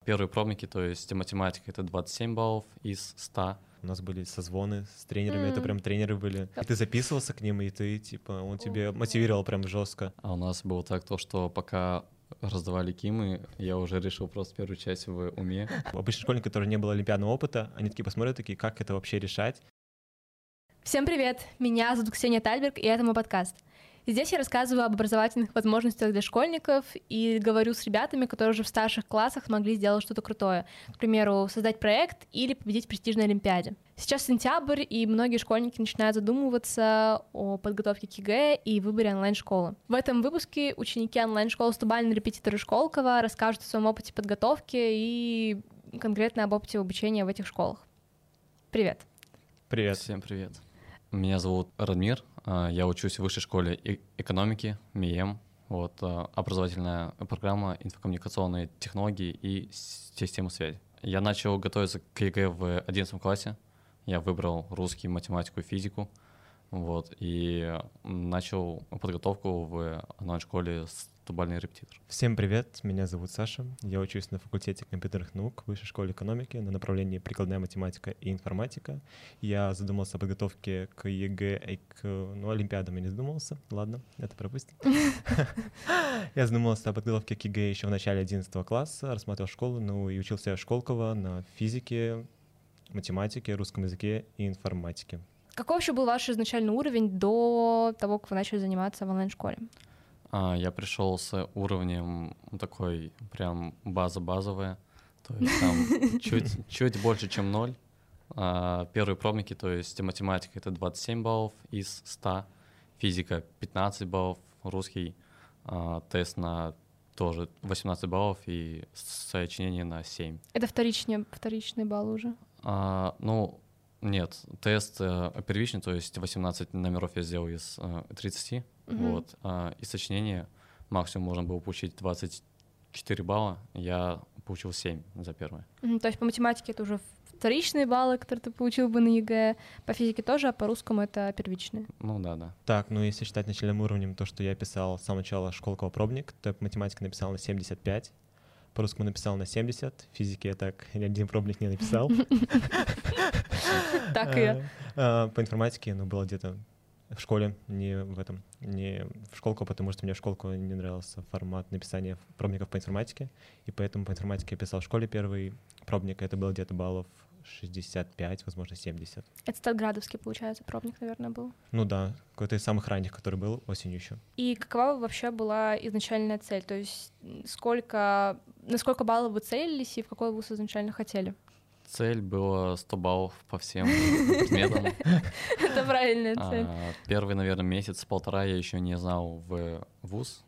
Первые пробники, то есть математика — это 27 баллов из 100. У нас были созвоны с тренерами, это прям тренеры были. И ты записывался к ним, и ты, типа, он тебе мотивировал прям жестко. А у нас было так, то, что пока раздавали кимы, я уже решил просто первую часть в уме. Обычно школьники, которые не было олимпиадного опыта, они такие посмотрят, такие, как это вообще решать? Всем привет! Меня зовут Ксения Тальберг, и это мой подкаст. Здесь я рассказываю об образовательных возможностях для школьников и говорю с ребятами, которые уже в старших классах смогли сделать что-то крутое. К примеру, создать проект или победить в престижной олимпиаде. Сейчас сентябрь, и многие школьники начинают задумываться о подготовке к ЕГЭ и выборе онлайн-школы. В этом выпуске ученики онлайн-школы «Стубальные репетиторы Школково» расскажут о своем опыте подготовки и конкретно об опыте обучения в этих школах. Привет! Привет. Всем привет. Меня зовут Радмир, я учусь в высшей школе экономики, МИЭМ, образовательная программа инфокоммуникационные технологии и системы связи. Я начал готовиться к ЕГЭ в 11 классе, я выбрал русский, математику и физику, и начал подготовку в онлайн-школе «Стубальный репетитор». Всем привет, меня зовут Саша, я учусь на факультете компьютерных наук в Высшей школе экономики на направлении прикладная математика и информатика. Я задумался о подготовке к ЕГЭ и к олимпиадам я не задумывался, ладно, это пропустим. Я задумался о подготовке к ЕГЭ еще в начале 11 класса, рассматривал школу, и учился в Школково на физике, математике, русском языке и информатике. Какой вообще был ваш изначальный уровень до того, как вы начали заниматься в онлайн-школе? Я пришел с уровнем такой прям база-базовая, то есть там чуть больше, чем 0. Первые пробники, то есть математика — это 27 баллов из 100, физика — 15 баллов, русский тест на тоже 18 баллов и сочинение на 7. Это вторичный балл уже? Нет, тест первичный, то есть 18 номеров я сделал из 30, и сочинение максимум можно было получить 24 балла, я получил 7 за первое. То есть по математике это уже вторичные баллы, которые ты получил бы на ЕГЭ, по физике тоже, а по русскому это первичные? Да. Так, если считать начальным уровнем то, что я писал с самого начала Школково пробник, то по математике написал на 75, по русскому написал на 70, в физике я так ни один пробник не написал. Так и я. По информатике, было где-то в школе, не в Школково, потому что мне в Школково не нравился формат написания пробников по информатике, и поэтому по информатике я писал в школе первый пробник, это было где-то баллов 65, возможно, 70. Это статградовский, получается, пробник, наверное, был? Да, какой-то из самых ранних, который был осенью еще. И какова вообще была изначальная цель? То есть на сколько баллов вы целились и в какой вуз изначально хотели? Цель была 100 баллов по всем предметам. Это правильная цель. Первый, наверное, месяц-полтора я еще не знал в вуз,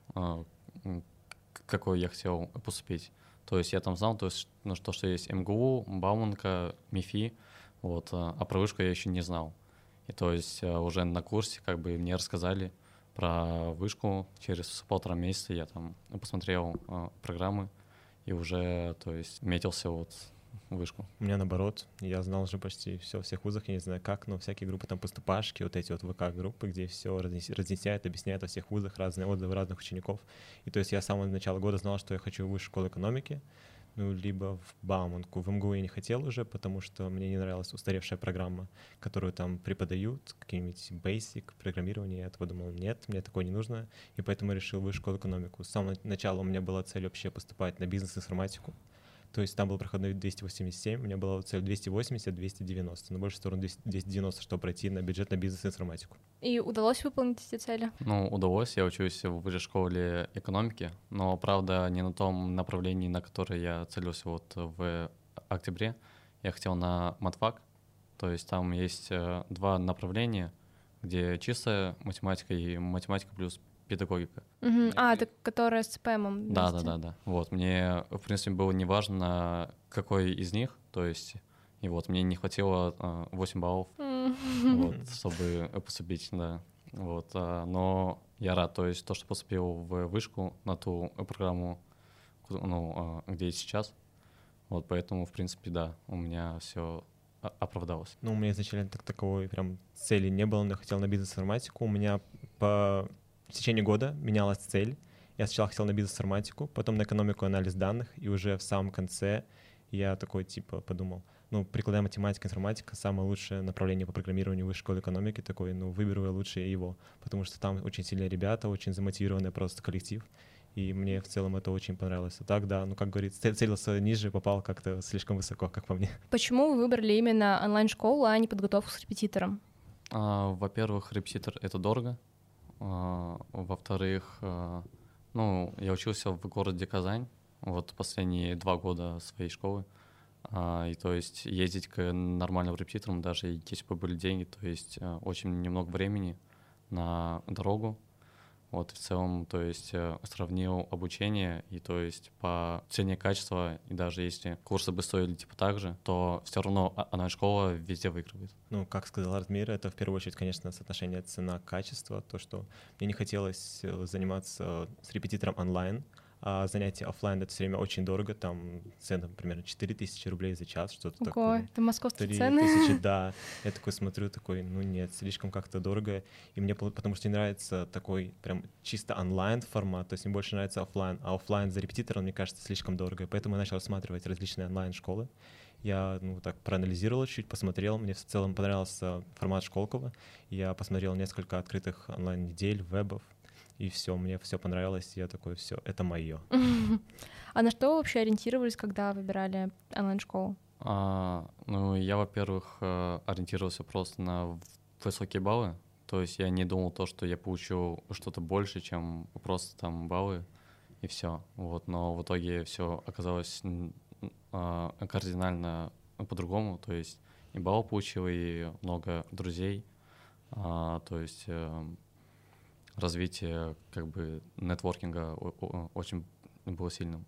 какой я хотел поступить. То есть я там знал, что есть МГУ, Бауманка, МИФИ, а про вышку я еще не знал. И то есть уже на курсе мне рассказали про вышку. Через полтора месяца я там посмотрел программы и уже, метился вышку. У меня наоборот, я знал уже почти все о всех вузах, я не знаю как, но всякие группы, там поступашки, эти ВК-группы, где все разъясняют, объясняют о всех вузах, разные отзывы разных учеников. И то есть я с самого начала года знал, что я хочу в высшую школу экономики, либо в Бауманку. В МГУ я не хотел уже, потому что мне не нравилась устаревшая программа, которую там преподают, какие-нибудь basic, программирование. Я подумал, нет, мне такое не нужно, и поэтому решил в высшую школу экономику. С самого начала у меня была цель вообще поступать на бизнес-информатику. То есть там был проходной 287, у меня была цель 280-290, но больше в сторону 290, чтобы пройти на бюджет на бизнес-информатику. И удалось выполнить эти цели? Удалось, я учусь в высшей школе экономики, но, правда, не на том направлении, на которое я целился в октябре. Я хотел на матфак, то есть там есть два направления, где чистая математика и математика плюс педагогика. Это которая с ЦПМом. Да. Мне, в принципе, было неважно, какой из них, то есть, мне не хватило 8 баллов, чтобы поступить, да. Но я рад, то есть, что поступил в вышку на ту программу, где я сейчас, поэтому, в принципе, да, у меня все оправдалось. У меня изначально таковой прям цели не было, но я хотел на бизнес-информатику. У меня в течение года менялась цель, Я сначала хотел на бизнес-информатику, потом на экономику и анализ данных, и уже в самом конце я такой, типа, подумал, ну, прикладная математика, информатика — самое лучшее направление по программированию в высшей школе экономики, такой, ну, выберу я лучше его, потому что там очень сильные ребята, очень замотивированный просто коллектив, и мне в целом это очень понравилось. А так, да, ну, как говорится, целился ниже, попал как-то слишком высоко, как по мне. Почему вы выбрали именно онлайн-школу, а не подготовку с репетитором? Во-первых, репетитор — это дорого. Во-вторых, ну, я учился в городе Казань, вот последние 2 года своей школы. И то есть ездить к нормальным репетиторам, даже если бы были деньги, то есть очень немного времени на дорогу. Вот в целом, то есть сравнил обучение, и то есть по цене качества, и даже если курсы бы стоили типа так же, то все равно онлайн-школа везде выигрывает. Ну, как сказал Радмир, это в первую очередь, конечно, соотношение цена-качество, то, что мне не хотелось заниматься с репетитором онлайн, а занятия офлайн — это все время очень дорого, там цена примерно 4000 рублей за час, что-то такое. Это московские 3000, цены? да. Я такой смотрю, такой, ну нет, слишком как-то дорого. И мне, потому что мне нравится такой прям чисто онлайн формат, то есть мне больше нравится офлайн, а офлайн за репетитором, мне кажется, слишком дорого. И поэтому я начал рассматривать различные онлайн-школы. Я, ну, так проанализировал чуть, посмотрел, мне в целом понравился формат Школково. Я посмотрел несколько открытых онлайн-недель, вебов, и все, мне все понравилось, я такой, все, это мое. А на что вы вообще ориентировались, когда выбирали онлайн-школу? Ну, я, во-первых, ориентировался просто на высокие баллы, то есть я не думал то, что я получу что-то больше, чем просто там баллы, и все. Вот, но в итоге все оказалось кардинально по-другому, то есть и баллы получил, и много друзей, то есть развитие как бы нетворкинга очень было сильным.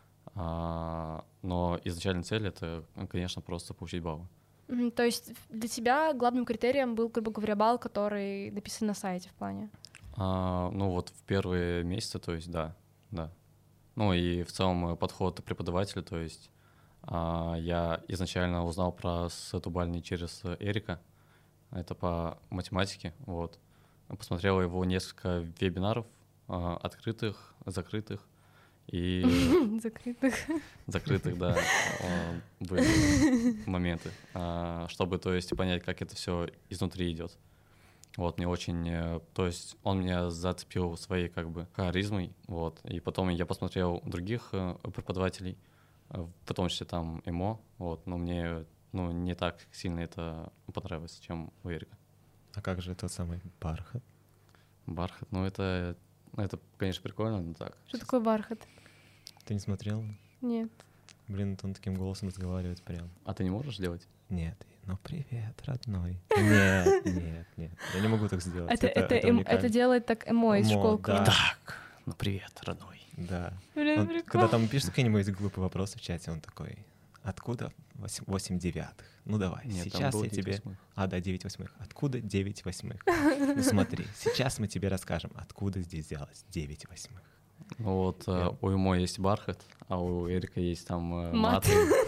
Но изначальная цель — это, конечно, просто получить баллы. То есть для тебя главным критерием был, грубо говоря, балл, который написан на сайте в плане? Ну вот в первые месяцы, то есть да. Ну и в целом подход преподавателя, то есть я изначально узнал про Сетубальни через Эрика, это по математике, вот. Посмотрел его несколько вебинаров, открытых, закрытых, и... Закрытых, да, были моменты, чтобы, то есть, понять, как это все изнутри идет. Вот, мне очень, то есть, он меня зацепил своей, как бы, харизмой, вот, и потом я посмотрел других преподавателей, в том числе там ЭМО, вот, но мне, ну, не так сильно это понравилось, чем у Эрика. А как же тот самый бархат? Бархат, ну, это, конечно, прикольно, но так. Что такое бархат? Ты не смотрел? Нет. Блин, он таким голосом разговаривает прям. А ты не можешь делать? Нет, ну привет, родной. Нет, я не могу так сделать. Это делает так эмо из Школково. Да. Так, ну привет, родной. Да. Блин, прикольно. Когда там пишут какие-нибудь глупые вопросы в чате, он такой, откуда 8 девятых? Ну давай, Нет, сейчас я тебе... 9 восьмых. Откуда 9 восьмых? Ну смотри, сейчас мы тебе расскажем, откуда здесь взялось 9 восьмых. Ну вот у Имо есть бархат, а у Эрика есть там мат.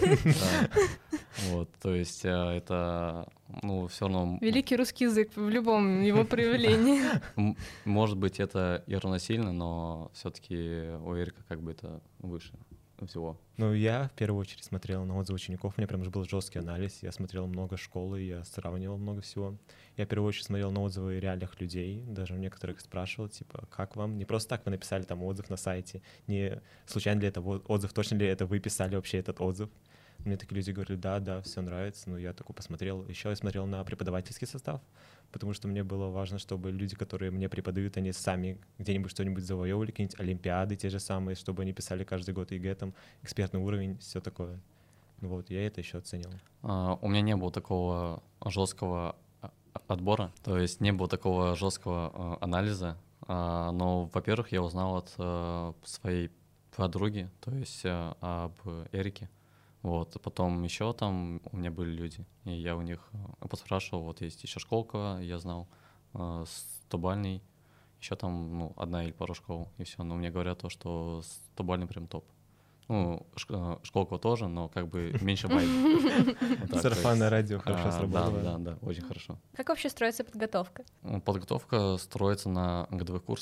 Вот, то есть это, ну, все равно... Великий русский язык в любом его проявлении. Может быть, это и равносильно, но все-таки у Эрика как бы это выше всего. Ну, я в первую очередь смотрел на отзывы учеников, у меня прям же был жесткий анализ, я смотрел много школы, я сравнивал много всего. Я в первую очередь смотрел на отзывы реальных людей, даже у некоторых спрашивал, типа, как вам? Не просто так вы написали там отзыв на сайте, не случайно ли это отзыв, точно ли это вы писали вообще этот отзыв. Мне такие люди говорили, да, все нравится, но я такой посмотрел. Еще я смотрел на преподавательский состав, потому что мне было важно, чтобы люди, которые мне преподают, они сами где-нибудь что-нибудь завоевывали, какие-нибудь олимпиады те же самые, чтобы они писали каждый год ЕГЭ, там, экспертный уровень, все такое. Ну вот, я это еще оценил. У меня не было такого жесткого отбора, то есть не было такого жесткого анализа, но, во-первых, я узнал от своей подруги, то есть об Эрике. Вот, потом еще там у меня были люди, и я у них поспрашивал, вот есть еще Школково, я знал, Стобальный, еще там, ну, одна или пару школ, и все, но мне говорят то, что Стобальный прям топ. Ну, Школково тоже, но как бы меньше вайб. Сарафанное радио хорошо сработало. Да, очень хорошо. Как вообще строится подготовка? Подготовка строится на годовых курсах,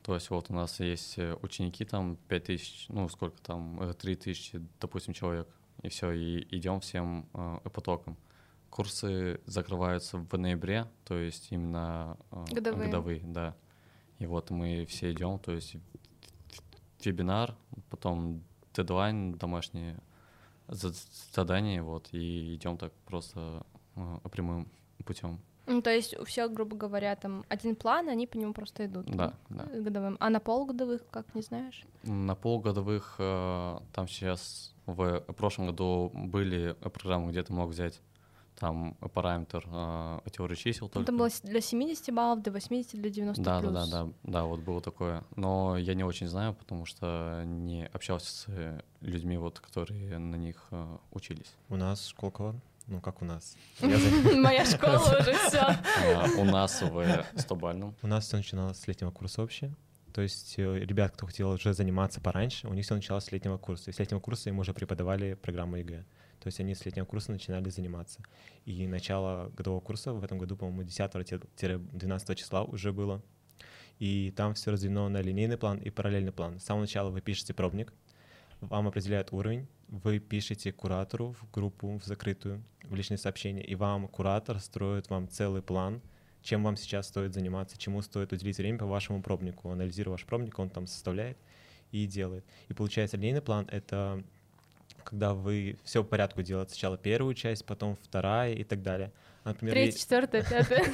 То есть вот у нас есть ученики, там 5000, ну сколько там, 3000, допустим, человек, и все, и идем всем потоком. Курсы закрываются в ноябре, то есть именно годовые, да. И вот мы все идем, то есть вебинар, потом дедлайн, домашние задания, вот, и идем так просто прямым путем. Ну, то есть у всех, грубо говоря, там один план, они по нему просто идут. Да, да. Годовым. А на полугодовых, как, не знаешь? На полугодовых там сейчас в прошлом году были программы, где ты мог взять там параметр теории чисел только. Это было для 70 баллов, до 80, для 90 плюс. Да, вот было такое. Но я не очень знаю, потому что не общался с людьми, вот, которые на них учились. У нас школа. Ну, как у нас? Моя школа уже все. У нас в 100-бальном. У нас все начиналось с летнего курса вообще. То есть ребят, кто хотел уже заниматься пораньше, у них все началось с летнего курса. И с летнего курса им уже преподавали программу ЕГЭ. То есть они с летнего курса начинали заниматься. И начало годового курса в этом году, по-моему, 10-12 числа уже было. И там все разделено на линейный план и параллельный план. С самого начала вы пишете пробник, вам определяют уровень, вы пишете куратору в группу, в закрытую, в личные сообщения, и вам куратор строит вам целый план, чем вам сейчас стоит заниматься, чему стоит уделить время по вашему пробнику. Анализируя ваш пробник, он там составляет и делает. И получается, линейный план — это когда вы все по порядку делаете. Сначала первую часть, потом вторая и так далее. Например, 3, 4, 5.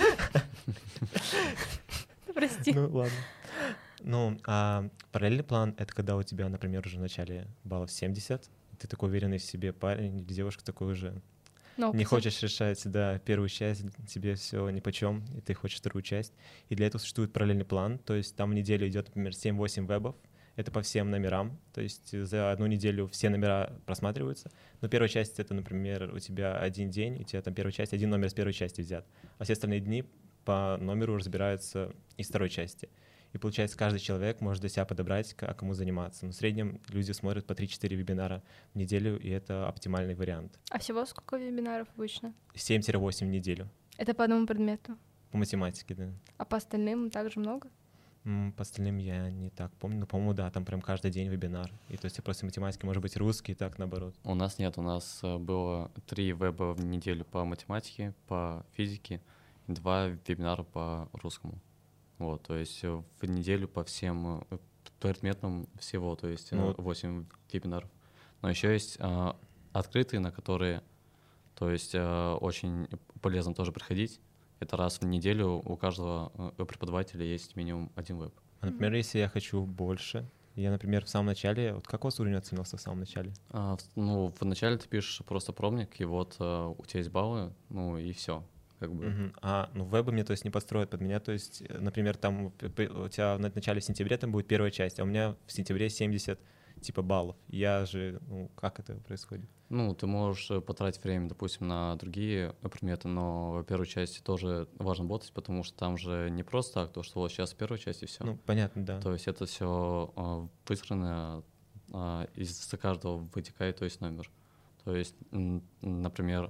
Прости. Ну, ладно. Ну, а параллельный план — это когда у тебя, например, уже в начале баллов 70, ты такой уверенный в себе парень или девушка такой уже не хочешь решать, да, первую часть, тебе все нипочем, и ты хочешь вторую часть. И для этого существует параллельный план, то есть там в неделю идет, например, 7-8 вебов, это по всем номерам, то есть за одну неделю все номера просматриваются, но первая часть — это, например, у тебя один день, у тебя там первая часть, один номер с первой части взят, а все остальные дни по номеру разбираются из второй части. И получается, каждый человек может для себя подобрать, кому заниматься. Но в среднем люди смотрят по 3-4 вебинара в неделю, и это оптимальный вариант. А всего сколько вебинаров обычно? 7-8 в неделю. Это по одному предмету? По математике, да. А по остальным также много? По остальным я не так помню. Но, по-моему, да, там прям каждый день вебинар. И то есть после математики может быть русский, так наоборот. У нас нет, у нас было 3 веба в неделю по математике, по физике, 2 вебинара по русскому. Вот, то есть в неделю по всем предметам всего, то есть 8 вебинаров. Но еще есть открытые, на которые, то есть очень полезно тоже приходить. Это раз в неделю у каждого преподавателя есть минимум один веб. А, например, если я хочу больше, я, например, в самом начале, вот как у вас уровень оценился в самом начале? Ну, в начале ты пишешь просто пробник, и вот у тебя есть баллы, ну и все. Как бы. Ну вебы мне, то есть, не подстроят под меня, то есть, например, там у тебя в начале сентября там будет первая часть, а у меня в сентябре 70 типа баллов. Я же, как это происходит? Ну, ты можешь потратить время, допустим, на другие предметы, но в первой части тоже важно работать, потому что там же не просто так, то, что вот сейчас первая часть и все. Ну, понятно, да. То есть это все выстроено, из-за каждого вытекает, то есть номер. То есть, например,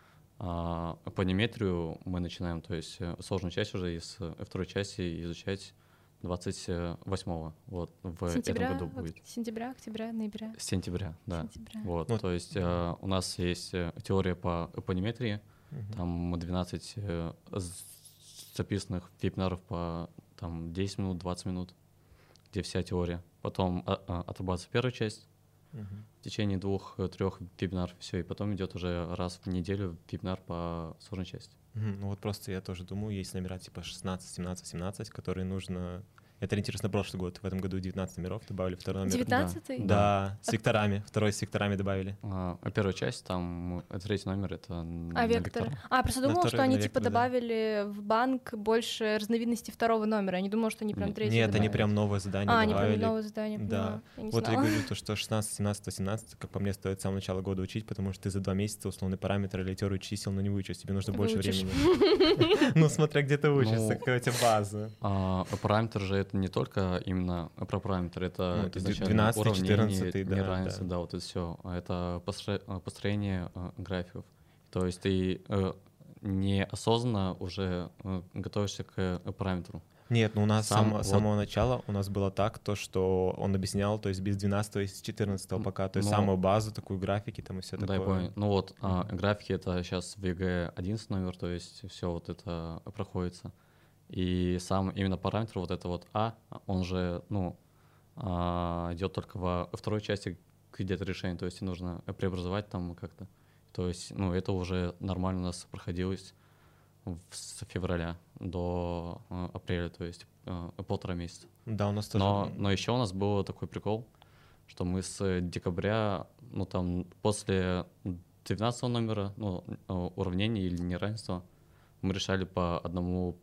по неметрию мы начинаем, то есть сложную часть уже из второй части изучать 28-го, вот, в этом году будет. Сентября, октября, ноября? Сентября, да. Вот. То есть у нас есть теория по эпонеметрии, там 12 записанных вебинаров по там, 10 минут, 20 минут, где вся теория. Потом отрабатывается первая часть, в течение 2-3 вебинаров, все, и потом идет уже раз в неделю вебинар по сложной части. Ну вот просто я тоже думаю, есть номера типа 16, 17, 17, которые нужно... Это ориентируясь на прошлый год. В этом году 19 номеров добавили, второй номер. 19-й? Да, с векторами. Второй с векторами добавили. Первая часть, там третий номер — это на векторы. Я просто думала, что они типа добавили в банк больше разновидностей второго номера. Я не думала, что они прям третий Нет, добавили. они прям новое задание добавили. Они прям новое задание, да. Вот я говорю, то, что 16, 17, 17, как по мне, стоит с самого начала года учить, потому что ты за 2 месяца условный параметр или теорию чисел, не выучишь, тебе нужно больше времени. Ну, смотря где ты учишься, какая у тебя база. Параметр же это не только именно про параметр, это изначально 12, уравнение, 14, неравенство, да, вот это все. Это построение графиков. То есть ты неосознанно уже готовишься к параметру. Нет, ну у нас с Сам самого начала у нас было так, то, что он объяснял, то есть без 12 и с 14 пока, то есть Ну, самую базу, такую графики там и все Да, я такое. понял. Ну вот, графики — это сейчас в ЕГЭ 11 номер, то есть все вот это проходится. И сам именно параметр вот это вот он же, ну, идет только во второй части где-то решения, то есть и нужно преобразовать там как-то. То есть, ну, это уже нормально у нас проходилось с февраля до апреля, то есть 1,5 месяца. Да, у нас тоже. Но еще у нас был такой прикол, что мы с декабря, ну там после 12 номера, ну, уравнения или неравенства, мы решали по одному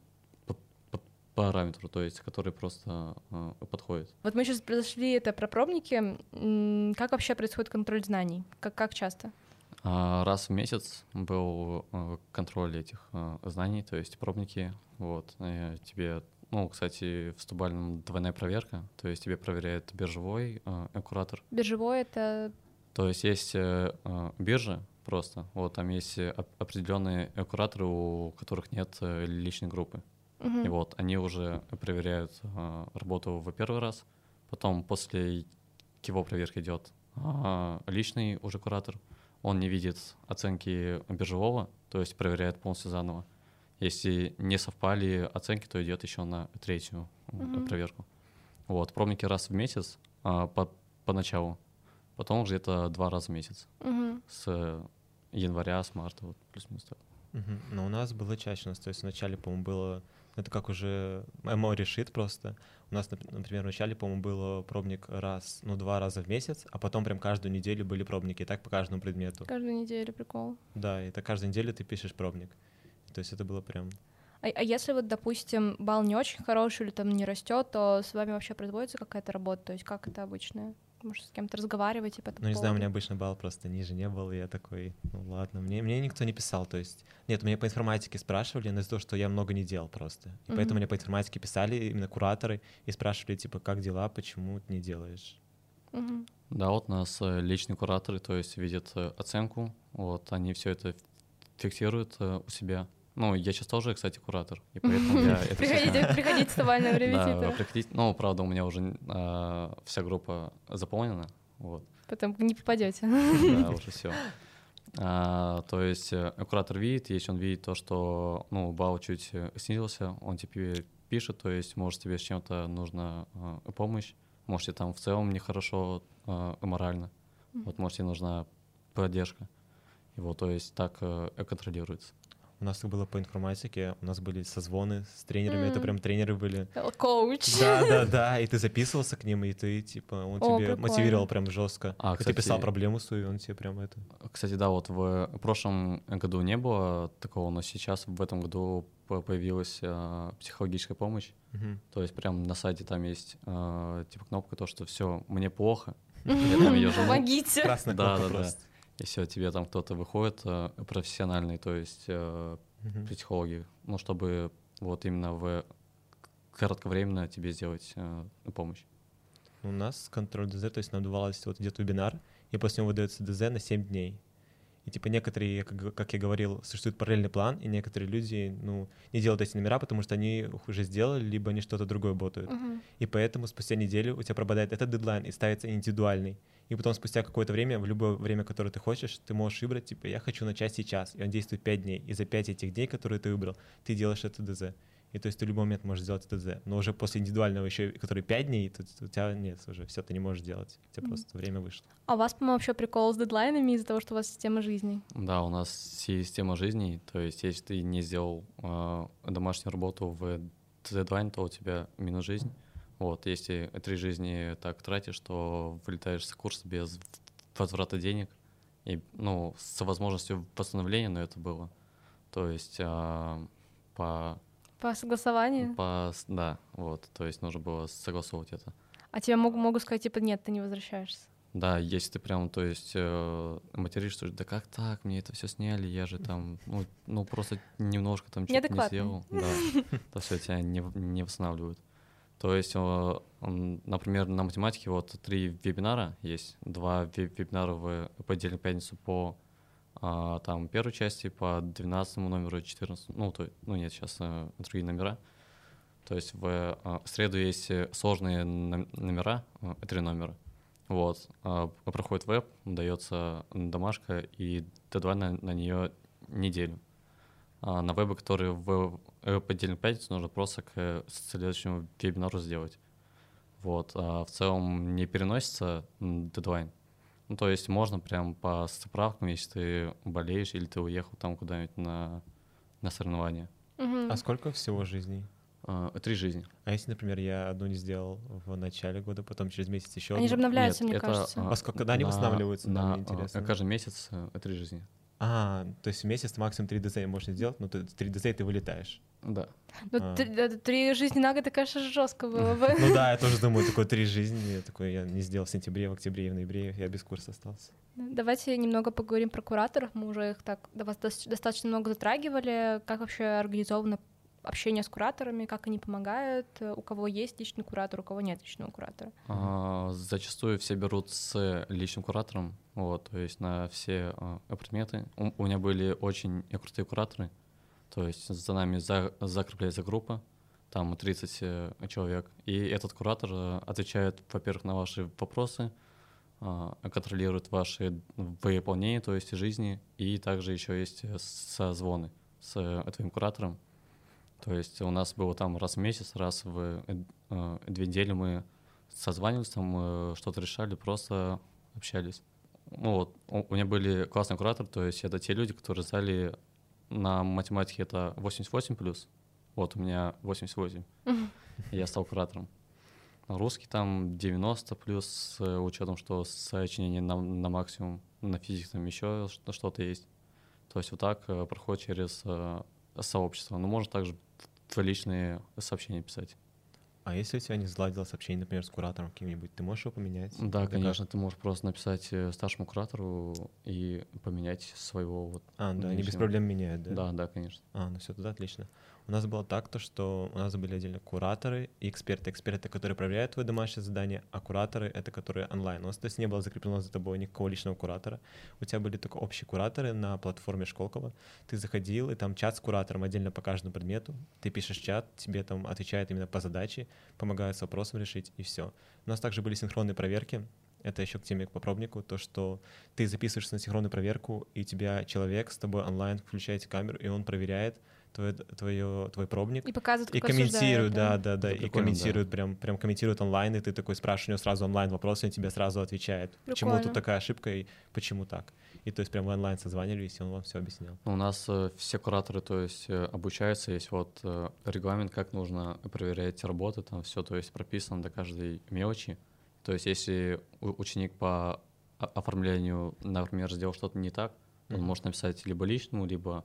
параметру, то есть который просто подходит. Вот мы сейчас произошли это про пробники. Как вообще происходит контроль знаний? Как часто? Раз в месяц был контроль этих знаний, то есть пробники. Вот. Тебе, ну, кстати, в Стубальном двойная проверка, то есть тебе проверяет биржевой куратор. Биржевой — это... То есть есть биржа просто, вот там есть определенные кураторы, у которых нет личной группы. И вот они уже проверяют работу в первый раз, потом после его проверки идет личный уже куратор. Он не видит оценки биржевого, то есть проверяет полностью заново. Если не совпали оценки, то идет еще на третью проверку. Вот, пробники раз в месяц поначалу, потом уже это 2 раза в месяц. С января, с марта, вот плюс-минус так. Но у нас было чаще, у нас, то есть вначале, по-моему, было, это как уже МО решит просто. У нас, например, в начале, по-моему, было пробник 2 раза в месяц, а потом прям каждую неделю были пробники, и так по каждому предмету. Каждую неделю, прикол. Да, и так каждую неделю ты пишешь пробник. То есть это было прям... А если вот, допустим, балл не очень хороший или там не растет, то с вами вообще производится какая-то работа? То есть как это обычно? Может, с кем-то разговариваете по этому Ну, не знаю, у поводу? меня обычно балл просто ниже не был, и я такой, ну ладно, мне никто не писал, то есть... Нет, меня по информатике спрашивали, но из-за того, что я много не делал просто. И поэтому мне по информатике писали именно кураторы и спрашивали, типа, как дела, почему ты не делаешь? Да, вот у нас личные кураторы, то есть видят оценку, вот они все это фиксируют у себя. Ну, я сейчас тоже, кстати, куратор, и поэтому я это всё- Приходите в вступальное время. Да, приходите. Ну, правда, у меня уже вся группа заполнена, вот. Потом не попадете. Да, уже все. То есть куратор видит, если он видит то, что, ну, балл чуть снизился, он тебе пишет, то есть, может, тебе с чем-то нужна помощь, может, тебе там в целом нехорошо морально, вот, может, тебе нужна поддержка. И вот, то есть так контролируется. У нас так было по информатике, у нас были созвоны с тренерами, это прям тренеры были. Коуч. Да, и ты записывался к ним, и ты, типа, он тебе прикольно. мотивировал прям жестко. И ты кстати, писал проблему свою, он тебе прям это... Кстати, да, вот в прошлом году не было такого, но сейчас в этом году появилась психологическая помощь. То есть прям на сайте там есть типа кнопка, то, что все, мне плохо. Я там её жму. Помогите. Красная кнопка Да. просто. И все, тебе там кто-то выходит профессиональный, то есть психологи, ну, чтобы вот именно в кратковременно тебе сделать помощь. У нас контроль ДЗ, то есть нам давалось вот идет вебинар, и после него выдается ДЗ на 7 дней. И типа некоторые, как я говорил, существует параллельный план, и некоторые люди, ну, не делают эти номера, потому что они их уже сделали, либо они что-то другое ботают. И поэтому спустя неделю у тебя пропадает этот дедлайн и ставится индивидуальный. И потом спустя какое-то время, в любое время, которое ты хочешь, ты можешь выбрать, типа, я хочу начать сейчас, и он действует 5 дней. И за 5 этих дней, которые ты выбрал, ты делаешь это ДЗ. И то есть ты в любой момент можешь сделать ДЗ. Но уже после индивидуального еще, который 5 дней, то у тебя нет уже, все, ты не можешь делать. У тебя просто время вышло. А у вас, по-моему, вообще прикол с дедлайнами из-за того, что у вас система жизни? Да, у нас система жизни, то есть если ты не сделал домашнюю работу в дедлайн, то у тебя минус жизнь. Вот, если 3 жизни так тратишь, то вылетаешь с курса без возврата денег, и, ну, с возможностью восстановления, но это было. То есть По согласованию? Да, вот, то есть нужно было согласовывать это. А тебе могут сказать, типа, нет, ты не возвращаешься? Да, если ты прям, то есть материшь, что да как так, мне это все сняли, я же там, ну просто немножко там что-то не сделал, да, то все тебя не восстанавливают. То есть, например, на математике вот 3 вебинара есть, 2 вебинара в понедельник, пятницу по там первой части, по 12 номеру, 14, нет, сейчас другие номера. То есть в среду есть сложные номера, 3 номера. Вот. Проходит веб, дается домашка, и дедлайн на нее неделю. А на вебы, которые в понедельник пятницу, нужно просто к следующему вебинару сделать. Вот. А в целом не переносится дедлайн. Ну, то есть можно прям по справкам, если ты болеешь или ты уехал там куда-нибудь на соревнования. А сколько всего жизней? 3 жизни. А если, например, я одну не сделал в начале года, потом через месяц еще Они же одну? обновляются, Нет, мне это, кажется. А сколько, когда они восстанавливаются, да, мне интересно. Каждый месяц 3 жизни. То есть в месяц максимум 3 ДЗ можно сделать, но 3 ДЗ ты вылетаешь. Да. Ну, 3 жизни на год, это, конечно, жестко было бы. Ну да, я тоже думаю, такое 3 жизни, такое я не сделал в сентябре, в октябре и в ноябре, я без курса остался. Давайте немного поговорим про кураторов. Мы уже их так достаточно много затрагивали. Как вообще организовано общение с кураторами, как они помогают, у кого есть личный куратор, у кого нет личного куратора? Зачастую все берут с личным куратором, вот, то есть на все предметы. У меня были очень крутые кураторы, то есть за нами закрепляется группа, там 30 человек, и этот куратор отвечает, во-первых, на ваши вопросы, контролирует ваши выполнения, то есть жизни, и также еще есть созвоны с твоим куратором. То есть у нас было там раз в месяц, раз в 2 недели мы созванивались, там что-то решали, просто общались. Ну вот, у меня были классные кураторы, то есть это те люди, которые сдали на математике это 88+, вот у меня 88, я стал куратором. Русский там 90+, с учетом, что сочинение на максимум, на физике там еще что-то есть. То есть вот так проходит через сообщество. Но можно также в личные сообщения писать. А если у тебя не сладилось общение, например, с куратором каким-нибудь, ты можешь его поменять? Да, конечно, ты можешь просто написать старшему куратору и поменять своего вот. Да, они без проблем меняют, да? Да, конечно. Ну все, тогда отлично. У нас было так, что у нас были отдельно кураторы и эксперты. Эксперты, которые проверяют твое домашнее задание, а кураторы — это которые онлайн. У нас, то есть, не было закреплено за тобой никакого личного куратора. У тебя были только общие кураторы на платформе Школково. Ты заходил, и там чат с куратором отдельно по каждому предмету. Ты пишешь чат, тебе там отвечают именно по задаче, помогают с вопросом решить, и все. У нас также были синхронные проверки. Это еще к теме по пробнику, то, что ты записываешься на синхронную проверку, и тебя человек с тобой онлайн включает камеру, и он проверяет твой пробник. И показывает, и как комментирует, осуждает, да, и комментирует, прям комментирует онлайн, и ты такой спрашиваешь у него сразу онлайн вопрос, и он тебе сразу отвечает. Прикольно. Почему тут такая ошибка и почему так. И то есть прям в онлайн созванивались, и он вам все объяснял. У нас все кураторы, то есть обучаются, есть вот регламент, как нужно проверять работы, там все, то есть прописано до каждой мелочи. То есть если ученик по оформлению, например, сделал что-то не так, он может написать либо личному, либо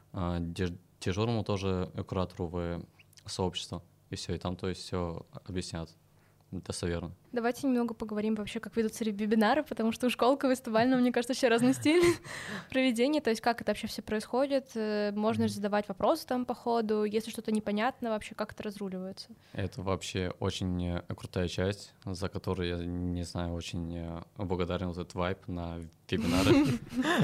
дежурному тоже куратору в сообщество, и все, и там то есть все объяснят достоверно. Давайте немного поговорим вообще, как ведутся вебинары, потому что у Школково и Стобального, мне кажется, вообще разный стиль проведения, то есть как это вообще все происходит, можно ли задавать вопросы там по ходу, если что-то непонятно, вообще как это разруливается? Это вообще очень крутая часть, за которую я, не знаю, очень благодарен за этот вайб на вебинары.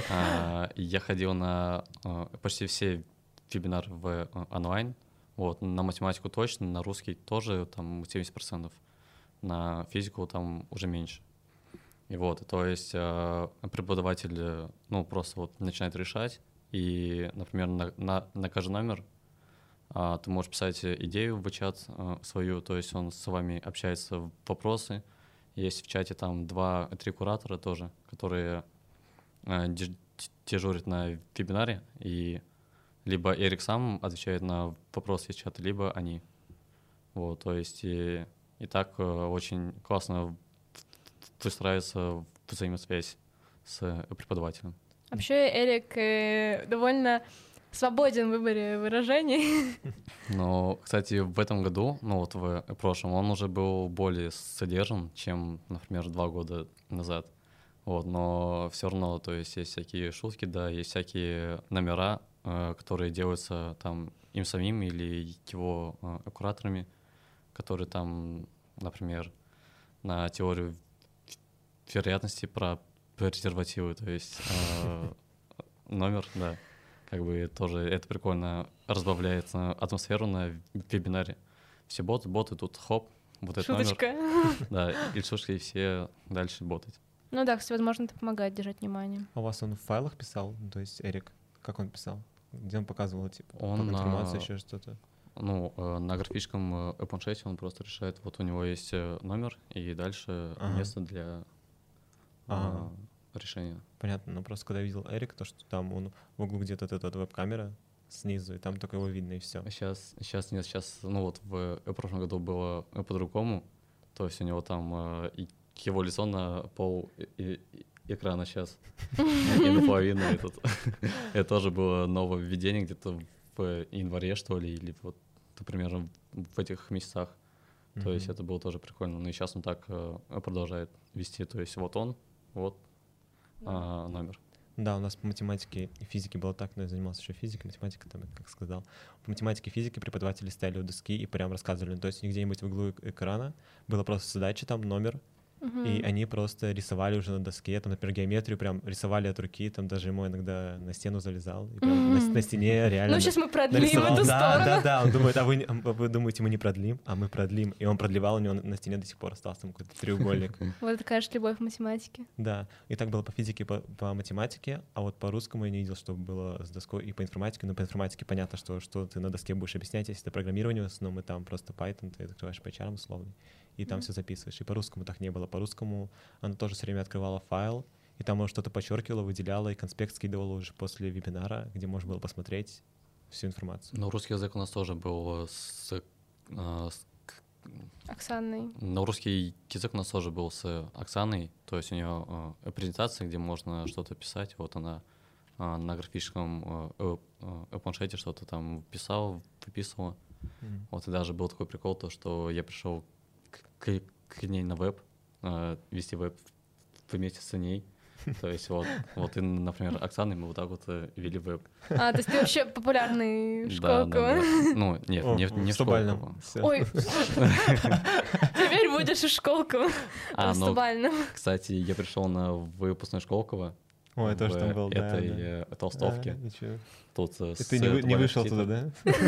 Я ходил на почти все вебинары в онлайн, вот, на математику точно, на русский тоже, там 70%. На физику там уже меньше. И вот, то есть преподаватель, просто вот начинает решать, и, например, на каждый номер ты можешь писать идею в чат свою, то есть он с вами общается в вопросы. Есть в чате там 2-3 куратора тоже, которые дежурят на вебинаре, и либо Эрик сам отвечает на вопросы из чата, либо они. Вот, то есть и так очень классно выстраивается взаимосвязь с преподавателем. Вообще Эрик довольно свободен в выборе выражений. Но, кстати, в этом году, в прошлом, он уже был более сдержан, чем, например, 2 года назад. Вот, но все равно, то есть всякие шутки, да, есть всякие номера, которые делаются там им самим или его кураторами, которые там, например, на теорию вероятности про презервативы, то есть номер, да, как бы тоже это прикольно разбавляет атмосферу на вебинаре. все боты, тут хоп, вот этот Шуточка. номер. Да, и шуточка, и все дальше ботать. Ну да, кстати, возможно, это помогает держать внимание. А у вас он в файлах писал? То есть Эрик, как он писал? Где он показывал, типа, Он, информацию, еще что-то? Ну, на графическом планшете он просто решает, вот у него есть номер, и дальше место для решения. Понятно, но просто когда я видел Эрик, то что там он в углу где-то эта веб-камера снизу, и там только его видно, и все. Сейчас нет, сейчас, ну вот в прошлом году было по-другому, то есть у него там его лицо на пол экрана сейчас, и наполовину этот. Это тоже было новое введение где-то в январе, что ли, или вот, например, в этих месяцах. То есть это было тоже прикольно. Но и сейчас он так продолжает вести. То есть вот он, вот номер. Да, у нас по математике и физике было так, но я занимался еще физикой, математикой, там, как сказал. По математике и физике преподаватели стояли у доски и прям рассказывали. То есть где-нибудь в углу экрана была просто задача, там номер, и они просто рисовали уже на доске, там, например, геометрию прям рисовали от руки, там даже ему иногда на стену залезал, и прям на стене реально. Ну, сейчас мы продлим нарисовал. эту сторону. Да, он думает, вы думаете, мы не продлим, а мы продлим. И он продлевал, у него на стене до сих пор остался там какой-то треугольник. Вот такая же любовь к математике. Да, и так было по физике, по математике, а вот по русскому я не видел, что было с доской, и по информатике. Но по информатике понятно, что ты на доске будешь объяснять, если это программирование в основном, и там просто Python, ты открываешь PyCharm условный, и там все записываешь. И по русскому так не было. По русскому она тоже все время открывала файл, и там, может, что-то подчеркивала, выделяла, и конспект скидывала уже после вебинара, где можно было посмотреть всю информацию. Но русский язык у нас тоже был Оксаной. Но русский язык у нас тоже был с Оксаной, то есть у нее презентация, где можно что-то писать, вот она на графическом планшете что-то там писала, выписывала. Вот и даже был такой прикол, то, что я пришел к ней на веб, вести веб вместе с ней. То есть вот и, например, Оксаной мы вот так вот вели веб. То есть ты вообще популярный в Школково? Да. Ну, нет, не в Школково. Ой, теперь будешь и в Школково. В Стобальном. Кстати, я пришел на выпускной Школково. Ой, тоже там был, да. Этой толстовке. Тут и ты не вышел туда, да?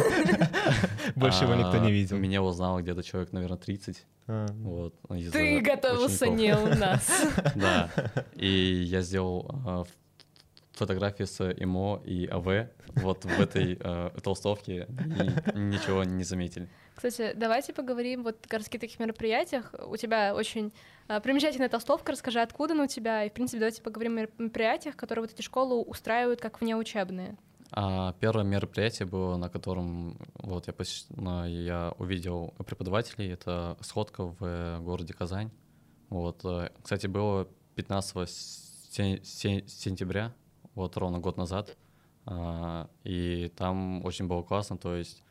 Больше его никто не видел. Меня узнал где-то человек, наверное, 30. Вот, ты готовился не у нас. Да, и я сделал фотографии с ИМО и АВ вот в этой толстовке, и ничего не заметили. Кстати, давайте поговорим вот о каких-то таких мероприятиях. У тебя очень примечательная толстовка, расскажи, откуда она у тебя, и, в принципе, давайте поговорим о мероприятиях, которые вот эти школы устраивают как внеучебные. Первое мероприятие было, на котором вот я увидел преподавателей, это сходка в городе Казань. Вот, кстати, было 15 сентября, вот ровно год назад, и там очень было классно, то есть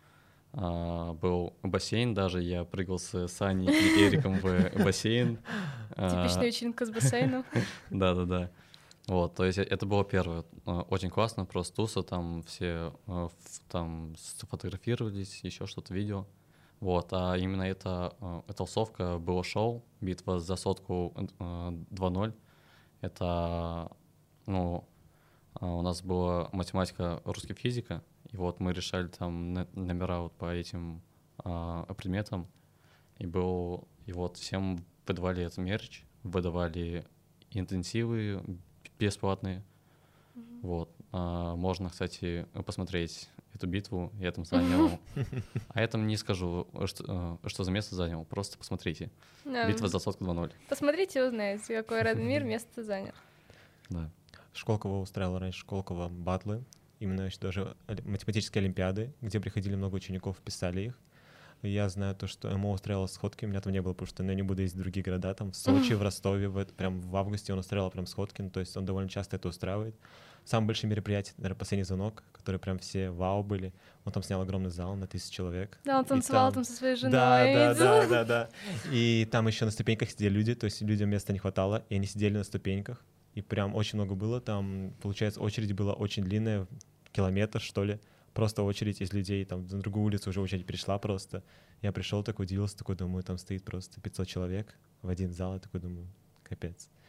был бассейн даже, я прыгал с Саней и Эриком в бассейн. Типичная вечеринка с бассейном. Да. Вот, то есть это было первое. Очень классно, просто туса, там все там сфотографировались, еще что-то видео. Вот, а именно эта толстовка было шоу «Битва за сотку 2.0». Это, ну, у нас была математика, русский, физика, и вот мы решали там номера вот по этим предметам, и вот всем выдавали этот мерч, выдавали интенсивы бесплатные. Вот. Можно, кстати, посмотреть эту битву. Я там занял. А я там не скажу, что за место занял. Просто посмотрите. Битва за сотку 2.0. Посмотрите и узнаете, какой Радомир место занял. Да. Школково устраивала раньше Школково батлы, именно еще даже математические олимпиады, где приходили много учеников, писали их. Я знаю то, что МО устраивал сходки, у меня там не было, потому что я не буду ездить в другие города, там в Сочи, в Ростове, прям в августе он устраивал прям сходки, ну, то есть он довольно часто это устраивает. Самые большие мероприятия, наверное, «Последний звонок», которые прям все вау были. Он там снял огромный зал на 1000 человек. Да, он танцевал там со своей женой. Да. И там еще на ступеньках сидели люди, то есть людям места не хватало, и они сидели на ступеньках, и прям очень много было. Там, получается, очередь была очень длинная, километр, что ли. Просто очередь из людей, там на другую улицу уже очередь пришла просто. Я пришел, такой удивился, такой думаю, там стоит просто 500 человек в один зал, я такой думаю, капец.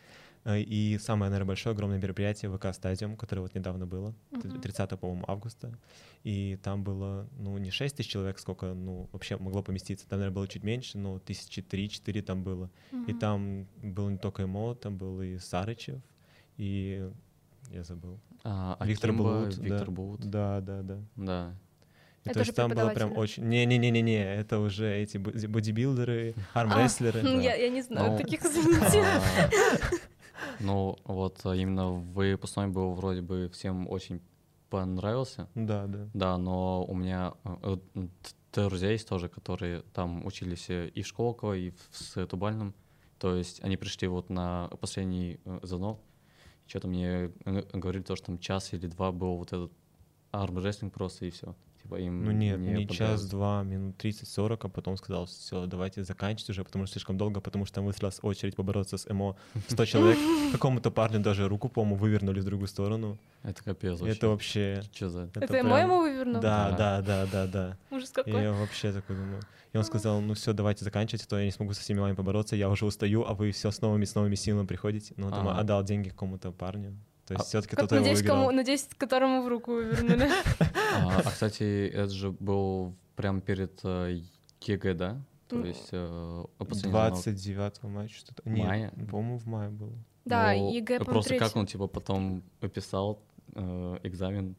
И самое, наверное, большое, огромное мероприятие ВК Стадиум, которое вот недавно было, 30, по-моему, августа. И там было, ну, не 6 тысяч человек, сколько, ну, вообще могло поместиться. Там, наверное, было чуть меньше, но 3-4 там было. И там был не только ЭМО, там был и Сарычев, и я забыл. Виктор Булут. Виктор Булут. Да. И Это то есть там было прям очень... Не, это уже эти бодибилдеры, армрестлеры. Я не знаю таких, извините. Ну, вот именно выпускной был вроде бы всем очень понравился. Да. Да, но у меня друзья есть тоже, которые там учились и в Школково, и в Сетубальном. То есть они пришли вот на последний звонок. Что-то мне говорили, то, что там час или два был вот этот армрестлинг просто, и все. Типа им ну нет, не не час-два, минут 30-40, а потом сказал, все, давайте заканчивать уже, потому что слишком долго, потому что там выстроилась очередь побороться с ЭМО 100 человек. Какому-то парню даже руку, по-моему, вывернули в другую сторону. Это капец вообще. Это вообще... Что за... Это ЭМО ему вывернул? Да. Ужас И какой. я вообще такой думаю. И он сказал, ну все, давайте заканчивать, а то я не смогу со всеми вами побороться, я уже устаю, а вы все с новыми силами приходите. Ну, там отдал деньги какому-то парню. То есть все-таки кто-то его выиграл. Надеюсь, которому в руку вывернули. Кстати, это же был прямо перед ЕГЭ, да? То есть 29 мая что-то. Мая? Нет, по-моему, в мае было. Да, ЕГЭ, по-моему, просто как он, типа, потом описал экзамен?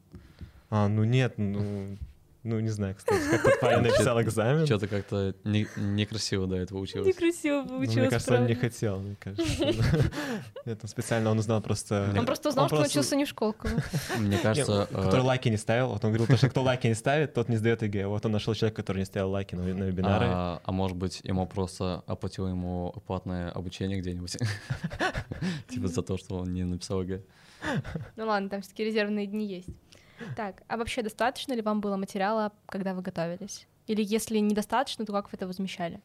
Ну, не знаю, кстати, как тот парень написал экзамен. Что-то как-то некрасиво до этого училось. Некрасиво получилось. Мне кажется, он не хотел, мне кажется. Нет, он специально, он узнал просто... Он просто узнал, что он учился не в Школково. Мне кажется... Который лайки не ставил. Вот он говорил, что кто лайки не ставит, тот не сдает ЕГЭ. Вот он нашел человека, который не ставил лайки на вебинары. А может быть, ему просто оплатил ему платное обучение где-нибудь? Типа за то, что он не написал ЕГЭ. Ну ладно, там все-таки резервные дни есть. Так, а вообще достаточно ли вам было материала, когда вы готовились? Или если недостаточно, то как вы это возмещали?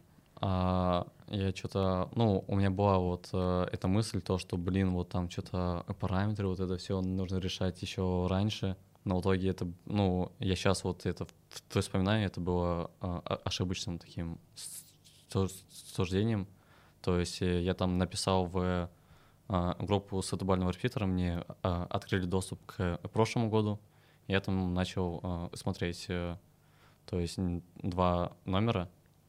Я что-то, ну, у меня была вот эта мысль, то, что, вот там что-то параметры, вот это все нужно решать еще раньше. Но в итоге это, ну, я сейчас вот это вспоминаю, это было ошибочным таким суждением. То есть я там написал в группу с этубальным репетитором, мне открыли доступ к прошлому году. Я там начал смотреть, то есть 2 номера,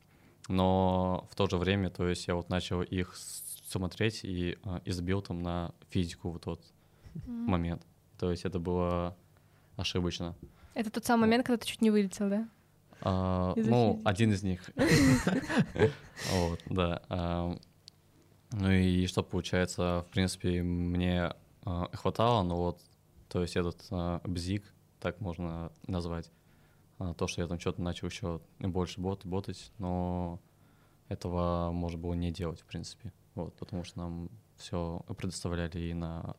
но в то же время, то есть я вот начал их смотреть и забил там на физику вот тот момент. То есть это было ошибочно. Это тот самый момент, когда ты чуть не вылетел, да? Ну, один из них. Вот, да. Ну и что получается, в принципе, мне хватало, но вот, то есть этот бзик, так можно назвать, то, что я там что-то начал еще больше ботать, но этого можно было не делать, в принципе, вот, потому что нам все предоставляли и на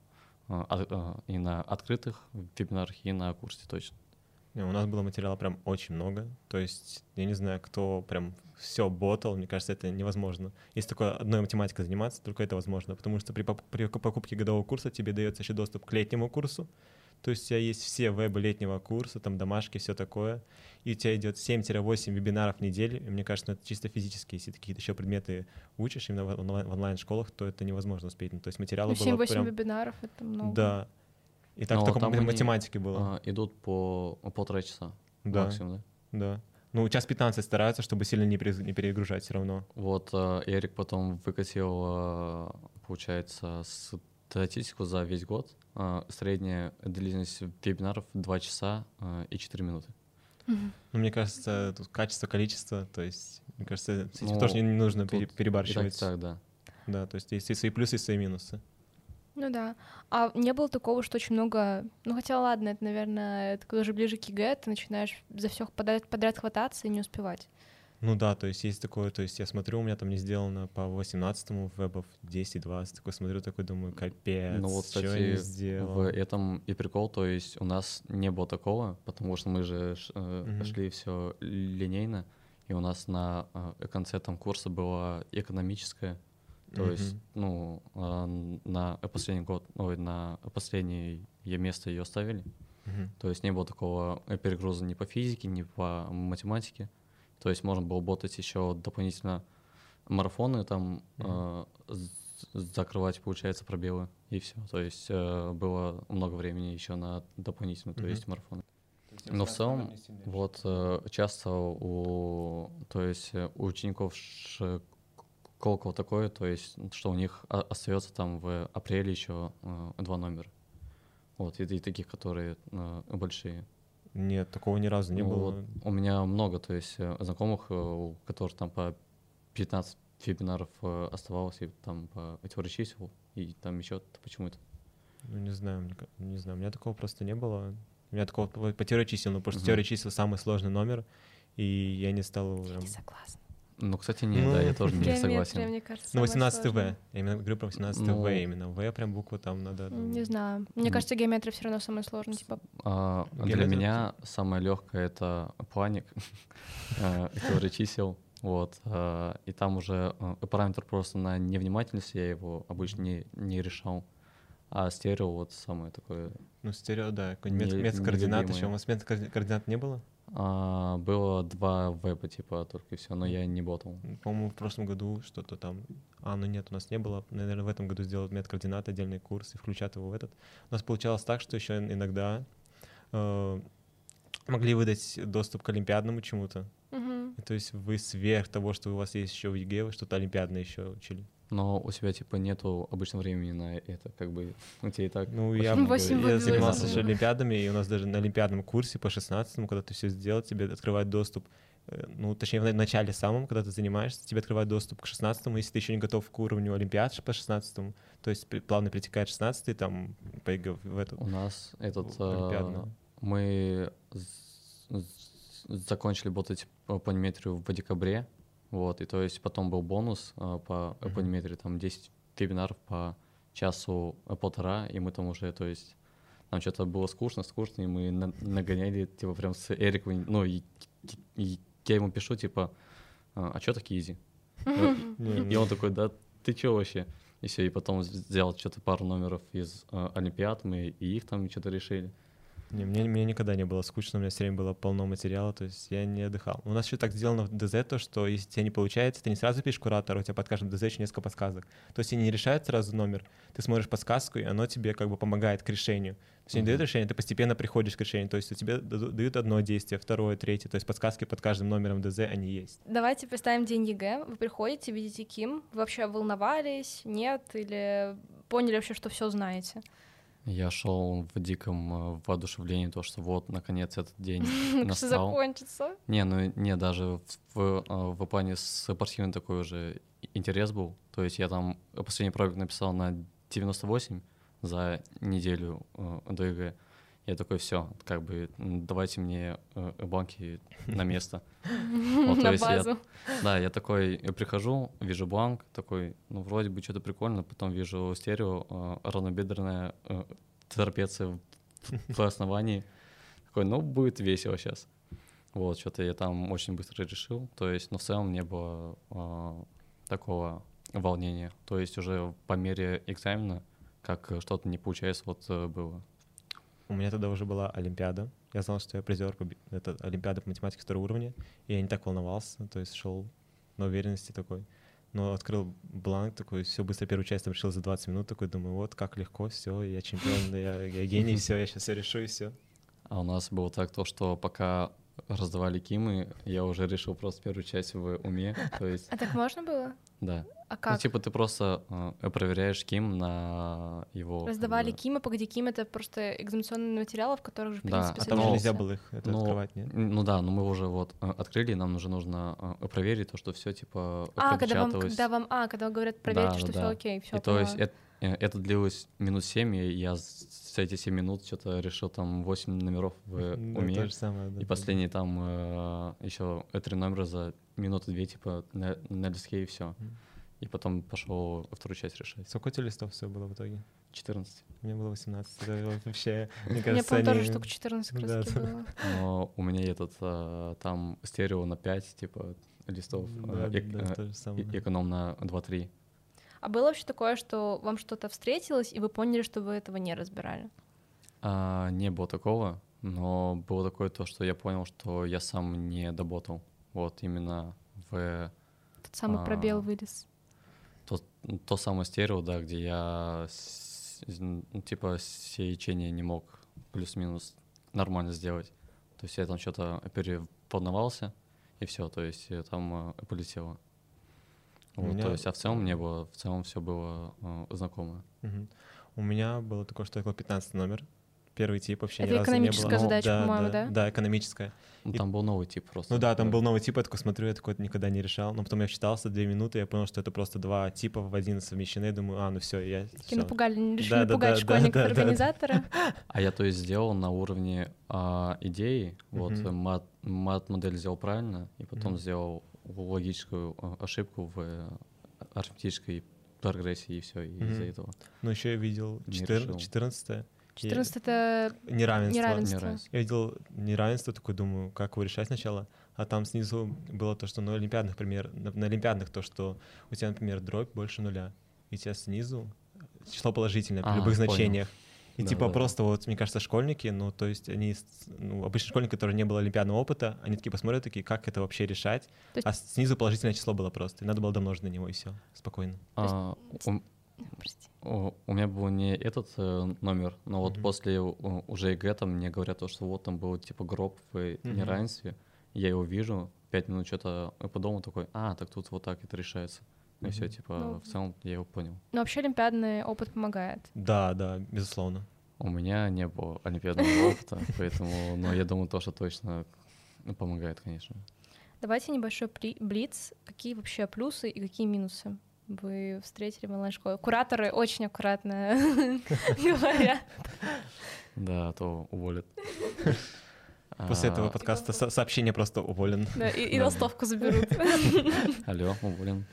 открытых вебинарах, и на курсе точно. У нас было материала прям очень много, то есть я не знаю, кто прям все ботал, мне кажется, это невозможно. Если такой одной математикой заниматься, только это возможно, потому что при покупке годового курса тебе дается еще доступ к летнему курсу, то есть у тебя есть все вебы летнего курса, там домашки, все такое, и у тебя идет 7-8 вебинаров в неделю, и мне кажется, это чисто физически, если ты какие-то еще предметы учишь именно в онлайн-школах, то это невозможно успеть, то есть материала было 7-8 прям... вебинаров, это много. Да. И так только математики было. Идут по 1,5 часа максимум, да? Да. Ну, 1:15 стараются, чтобы сильно не перегружать все равно. Вот Эрик потом выкатил, получается, статистику за весь год. Средняя длительность вебинаров 2 часа и 4 минуты. Ну, мне кажется, тут качество, количество, то есть, мне кажется, с этим тоже не нужно перебарщивать. Так, да. Да, то есть есть и свои плюсы, и свои минусы. Ну да. А не было такого, что очень много... Ну хотя ладно, это, наверное, это когда уже ближе к ЕГЭ, ты начинаешь за все подряд хвататься и не успевать. Ну да, то есть есть такое, то есть я смотрю, у меня там не сделано по 18-му вебов 10-20, такой смотрю, такой думаю, капец, ну вот, кстати, что я не сделал. В этом и прикол, то есть у нас не было такого, потому что мы же шли все линейно, и у нас на конце там курса была экономическая. То есть, ну, на последний год, на последнее место ее ставили. То есть не было такого перегруза ни по физике, ни по математике. То есть можно было ботать еще дополнительно марафоны там закрывать, получается, пробелы, и все. То есть было много времени еще на дополнительную, то есть марафон. Но в целом, вот часто то есть у учеников школково такое, то есть, что у них остается там в апреле еще 2 номера. Вот, и таких, которые большие. Нет, такого ни разу не было. Вот, у меня много, то есть, знакомых, у которых там по 15 вебинаров оставалось, и там по теории чисел, и там еще почему-то. Ну, не знаю, у меня такого просто не было. У меня такого по теории чисел, потому что теория чисел самый сложный номер, и я не стал... Я не согласна. Ну, кстати, нет, да, я тоже не согласен. Мне кажется, ну, 18 В. Я именно говорю про 18 В именно. В прям букву там надо... Не знаю. Мне кажется, геометрия все равно самая сложная. Типа. Для меня самое легкое — это планик, теория чисел. Вот. И там уже параметр просто на невнимательность, я его обычно не решал. А стерео вот самое такое... Ну, стерео, да. Метод координат еще. У вас метод координат не было? Было 2 веба, типа, только и все, но я не ботал. По-моему, в прошлом году что-то там... ну нет, у нас не было. Наверное, в этом году сделать метод координат, отдельный курс, и включать его в этот. У нас получалось так, что еще иногда могли выдать доступ к олимпиадному чему-то. То есть вы сверх того, что у вас есть еще в ЕГЭ, вы что-то олимпиадное еще учили. Но у тебя, типа, нету обычного времени на это, как бы, у тебя и так... Ну, я занимался еще олимпиадами, и у нас даже на олимпиадном курсе по 16-му, когда ты все сделал, тебе открывают доступ, ну, точнее, в начале самом, когда ты занимаешься, тебе открывают доступ к 16-му, если ты еще не готов к уровню олимпиад по 16-му, то есть плавно притекает 16-й, там, в этот... У нас мы закончили работать по эпониметрию в декабре, вот, и то есть потом был бонус по эпониметрии, там 10 вебинаров по часу полтора, и мы там уже, то есть, нам что-то было скучно, и мы нагоняли, типа, прям с Эриком, ну, и я ему пишу, типа, а что так изи? И он такой, да ты чё вообще? И все, и потом взял что-то пару номеров из олимпиад, мы и их там что-то решили. Не, мне никогда не было скучно, у меня все время было полно материала, то есть я не отдыхал. У нас еще так сделано в ДЗ, то, что если тебе не получается, ты не сразу пишешь куратору, у тебя под каждым ДЗ еще несколько подсказок. То есть они не решают сразу номер, ты смотришь подсказку, и оно тебе как бы помогает к решению. То есть не дают решение, ты постепенно приходишь к решению, то есть у тебя дают одно действие, второе, третье, то есть подсказки под каждым номером ДЗ, они есть. Давайте представим день ЕГЭ, вы приходите, видите Ким, вы вообще волновались, нет, или поняли вообще, что все знаете? Я шел в диком воодушевлении, то, что вот, наконец, этот день настал. Закончится? Не, даже в плане спортивный такой уже интерес был. То есть я там последний проект написал на 98 за неделю до ЕГЭ. Я такой, все, как бы давайте мне бланки на место. На базу. Я такой прихожу, вижу бланк, такой, ну, вроде бы что-то прикольно, потом вижу стерео, равнобедренная трапеция в основании. Такой, ну, будет весело сейчас. Вот, что-то я там очень быстро решил. То есть, но в целом не было такого волнения. То есть уже по мере экзамена, как что-то не получается, вот было. У меня тогда уже была олимпиада. Я знал, что я призер это олимпиада по математике второго уровня, и я не так волновался, то есть шел на уверенности такой. Но открыл бланк такой, все быстро первую часть там решил за 20 минут, такой думаю, вот как легко, все, я чемпион, я гений, все, я сейчас все решу и все. А у нас было так, то, что пока раздавали кимы, я уже решил просто первую часть в уме. То есть... А так можно было? Да. А как? Ну, типа ты просто проверяешь ким на его... Раздавали кимы, погоди, ким — это просто экзаменационные материалы, в которых же, в принципе, а там же нельзя было их открывать, нет? Ну да, но мы уже вот открыли, нам уже нужно проверить то, что все типа когда вам говорят, проверьте, что все окей, все. И то есть это длилось минут 7, и я за эти 7 минут что-то решил там 8 номеров в уме. То же самое, да. И последний там еще 3 номера за минуты 2, типа, на листке, и все. И потом пошел вторую часть решать. Сколько у тебя листов все было в итоге? 14. У меня было 18. Это вообще, мне кажется, мне, по-моему, тоже штук 14 как раз было. Но у меня там стерео на 5, типа, листов, эконом на 2-3. А было вообще такое, что вам что-то встретилось, и вы поняли, что вы этого не разбирали? Не было такого, но было такое то, что я понял, что я сам не доботал. Вот именно в... Тот самый пробел вылез. то самое стерео, да, где я типа сечение не мог плюс-минус нормально сделать. То есть я там что-то переволновался, и все, то есть там полетело. Вот, то есть, а в целом не было, в целом все было знакомо. У меня было такое, что около 15 номер. Первый тип вообще Это ни разу не было. экономическая задача, по-моему, да? Да, экономическая. Ну, там был новый тип просто. Ну да, там был новый тип, я такой смотрю, я такой никогда не решал. Но потом я вчитался 2 минуты, я понял, что это просто 2 типа в один совмещены. Я думаю, ну все, я... Такие напугали, решили напугать школьников-организатора. А я, то есть, сделал на уровне идеи, вот, мат-модель сделал правильно, и потом сделал логическую ошибку в арифметической прогрессии, и все, и из-за этого. Ну еще я видел 14-е. 14 — это неравенство. Я видел неравенство, такой думаю, как его решать сначала. А там снизу было то, что на олимпиадных, например, на олимпиадных то, что у тебя, например, дробь больше 0, и у тебя снизу число положительное при любых значениях. И типа просто вот, мне кажется, школьники, ну, то есть они, обычные школьники, которые не было олимпиадного опыта, они такие посмотрят, такие, как это вообще решать, а снизу положительное число было просто, и надо было домножить на него, и все, спокойно. У меня был не этот номер, но вот после уже ЕГЭ там мне говорят, что вот там был типа гроб в неравенстве, я его вижу, 5 минут что-то по дому такой, так тут вот так это решается. И все, типа, в целом я его понял. Но вообще олимпиадный опыт помогает. Да, безусловно. У меня не было олимпиадного опыта, поэтому, но я думаю, то, что точно помогает, конечно. Давайте небольшой блиц. Какие вообще плюсы и какие минусы вы встретили в онлайн-школе? Кураторы очень аккуратно говорят. Да, а то уволят. После этого подкаста сообщение просто уволен. Да, и листовку заберут. Алло, уволен.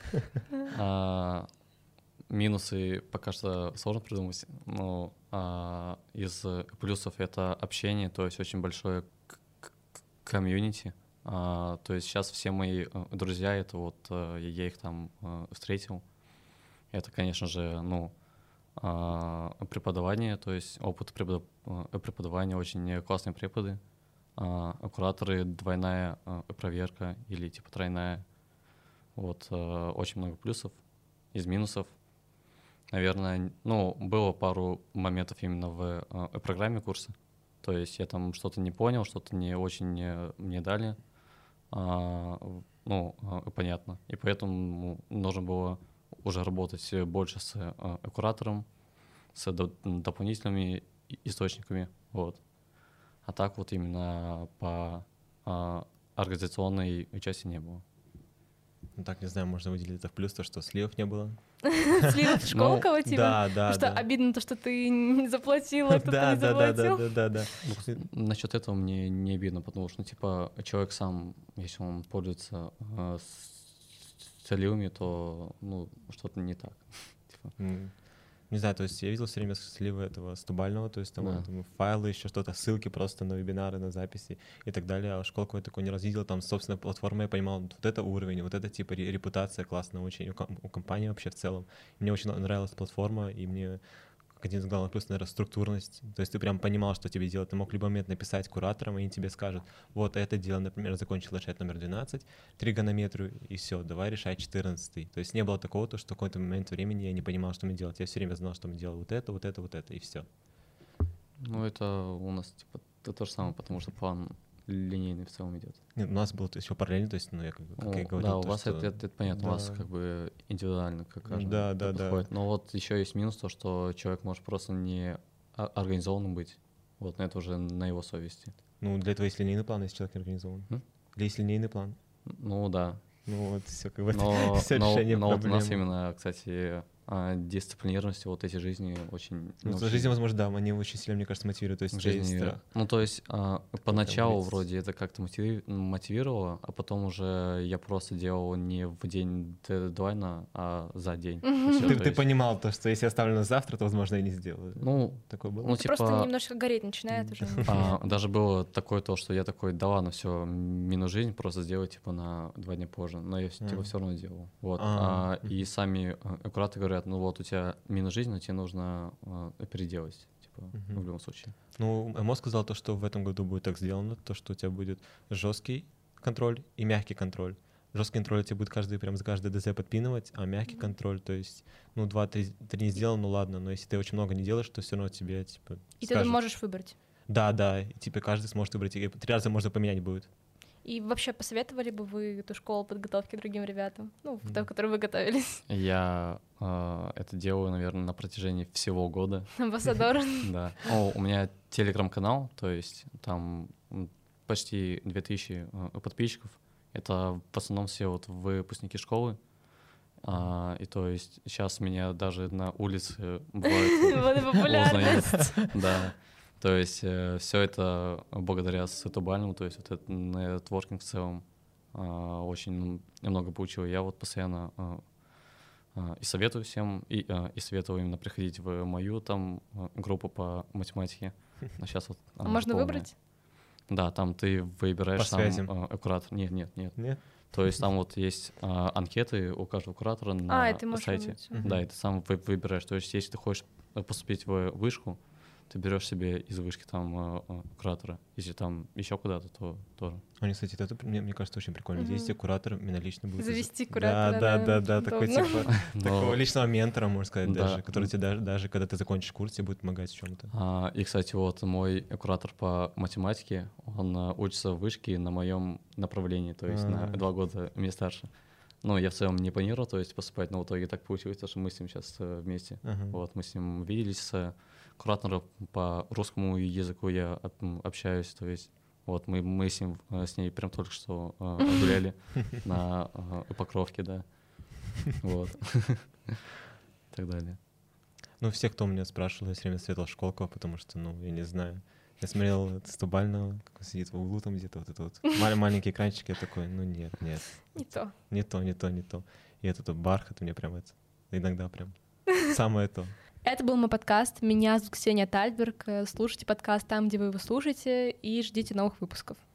Минусы пока что сложно придумать, но из плюсов это общение, то есть очень большое комьюнити. То есть сейчас все мои друзья, это вот я их там встретил. Это, конечно же, преподавание, то есть опыт преподавания, очень классные преподы. Кураторы, двойная проверка или типа тройная. Вот, очень много плюсов. Из минусов, наверное, было пару моментов именно в программе курса. То есть я там что-то не понял, что-то не очень мне дали. Понятно. И поэтому нужно было уже работать больше с куратором, с дополнительными источниками. Вот. А так вот именно по организационной части не было. Ну так, не знаю, можно выделить это в плюс, то, что сливов не было. Сливов Школково, типа? Да. Что обидно то, что ты не заплатил, а кто-то не заплатил? Да. Насчет этого мне не обидно, потому что, типа, человек сам, если он пользуется сливами, то, что-то не так. Не знаю, то есть я видел все время сливы этого стубального, то есть там файлы, еще что-то, ссылки просто на вебинары, на записи и так далее. А Школково я такой не раз видел, там, собственно, платформа, я понимал, вот это уровень, вот это типа репутация классная очень у компании вообще в целом. И мне очень нравилась платформа, и мне один из главных плюсов, наверное, структурность. То есть ты прям понимал, что тебе делать. Ты мог в любой момент написать кураторам, и они тебе скажут, вот это дело, например, закончил решать номер 12, тригонометрию, и все, давай решай 14. То есть не было такого, что в какой-то момент времени я не понимал, что мне делать. Я все время знал, что мы делаем вот это, и все. Это у нас типа то же самое, потому что план линейный в целом идет. Нет, у нас было еще параллельно, то есть, я говорил. Да, у вас это понятно, у вас как бы индивидуально, как каждый подходит. Но вот еще есть минус то, что человек может просто не организованным быть. Вот на это уже на его совести. Для этого есть линейный план, если человек не организован. Или есть линейный план. Да. Вот все как бы все решение проблемы. Но вот у нас именно, кстати, дисциплинированности вот эти жизни очень... жизни, возможно, да, они очень сильно, мне кажется, мотивируют. То есть жизни, страх. То есть поначалу вроде это как-то мотивировало, а потом уже я просто делал не в день дедлайна, а за день. Ты понимал то, что если оставлю на завтра, то, возможно, я не сделаю. Такое было? Просто немножко гореть начинает уже. Даже было такое то, что я такой, да ладно, все, минус жизнь, просто сделаю типа на 2 дня позже. Но я типа все равно делал. Вот. И сами кураторы говорят, у тебя минус жизнь, но тебе нужно переделать, типа, в любом случае. МО сказал то, что в этом году будет так сделано, то, что у тебя будет жесткий контроль и мягкий контроль. жесткий контроль тебе будет прям за каждое ДЗ подпинывать, а мягкий контроль, то есть, 2-3 не сделал, ну ладно, но если ты очень много не делаешь, то все равно тебе, типа, И скажут. ты можешь выбрать. Да, и, типа, каждый сможет выбрать, и 3 раза можно поменять будет. И вообще посоветовали бы вы эту школу подготовки другим ребятам, в той, в которой вы готовились? Я это делаю, наверное, на протяжении всего года. Амбассадор. Да. У меня телеграм-канал, то есть там почти 2000 подписчиков. Это в основном все вот выпускники школы. И то есть сейчас меня даже на улице бывает узнают. Да. То есть все это благодаря сетубальному, то есть вот этот нетворкинг в целом очень много получил. Я вот постоянно и советую всем, и советую именно приходить в мою там группу по математике. А сейчас вот можно полная. выбрать? Да, там ты выбираешь сам куратор. Нет. Нет? То есть там вот есть анкеты у каждого куратора на сайте. Да, и ты сам выбираешь. То есть если ты хочешь поступить в вышку, ты берешь себе из вышки там куратора. Если там еще куда-то, то тоже. Они, кстати, это, мне кажется, очень прикольно. Здесь тебе куратор именно лично будет. Завести куратора. Да, такой типа такого личного ментора, можно сказать, даже, который тебе даже когда ты закончишь курс, тебе будет помогать в чем-то. И, кстати, вот мой куратор по математике, он учится в вышке на моем направлении, то есть на 2 года мне старше. Я в целом не планировал, то есть поступать, но в итоге так получилось, что мы с ним сейчас вместе. Вот, мы с ним виделись, с куратором по русскому языку я общаюсь, то есть вот мы с ней прям только что гуляли на Покровке, да, вот, и так далее. Все, кто меня спрашивал, я все время советовал Школково, потому что, я не знаю, я смотрел Стобального, как он сидит в углу там где-то, вот это вот маленький экранчик, я такой, нет. Не то. И этот бархат мне прям это, иногда прям самое то. Это был мой подкаст. Меня зовут Ксения Тальберг. Слушайте подкаст там, где вы его слушаете, и ждите новых выпусков.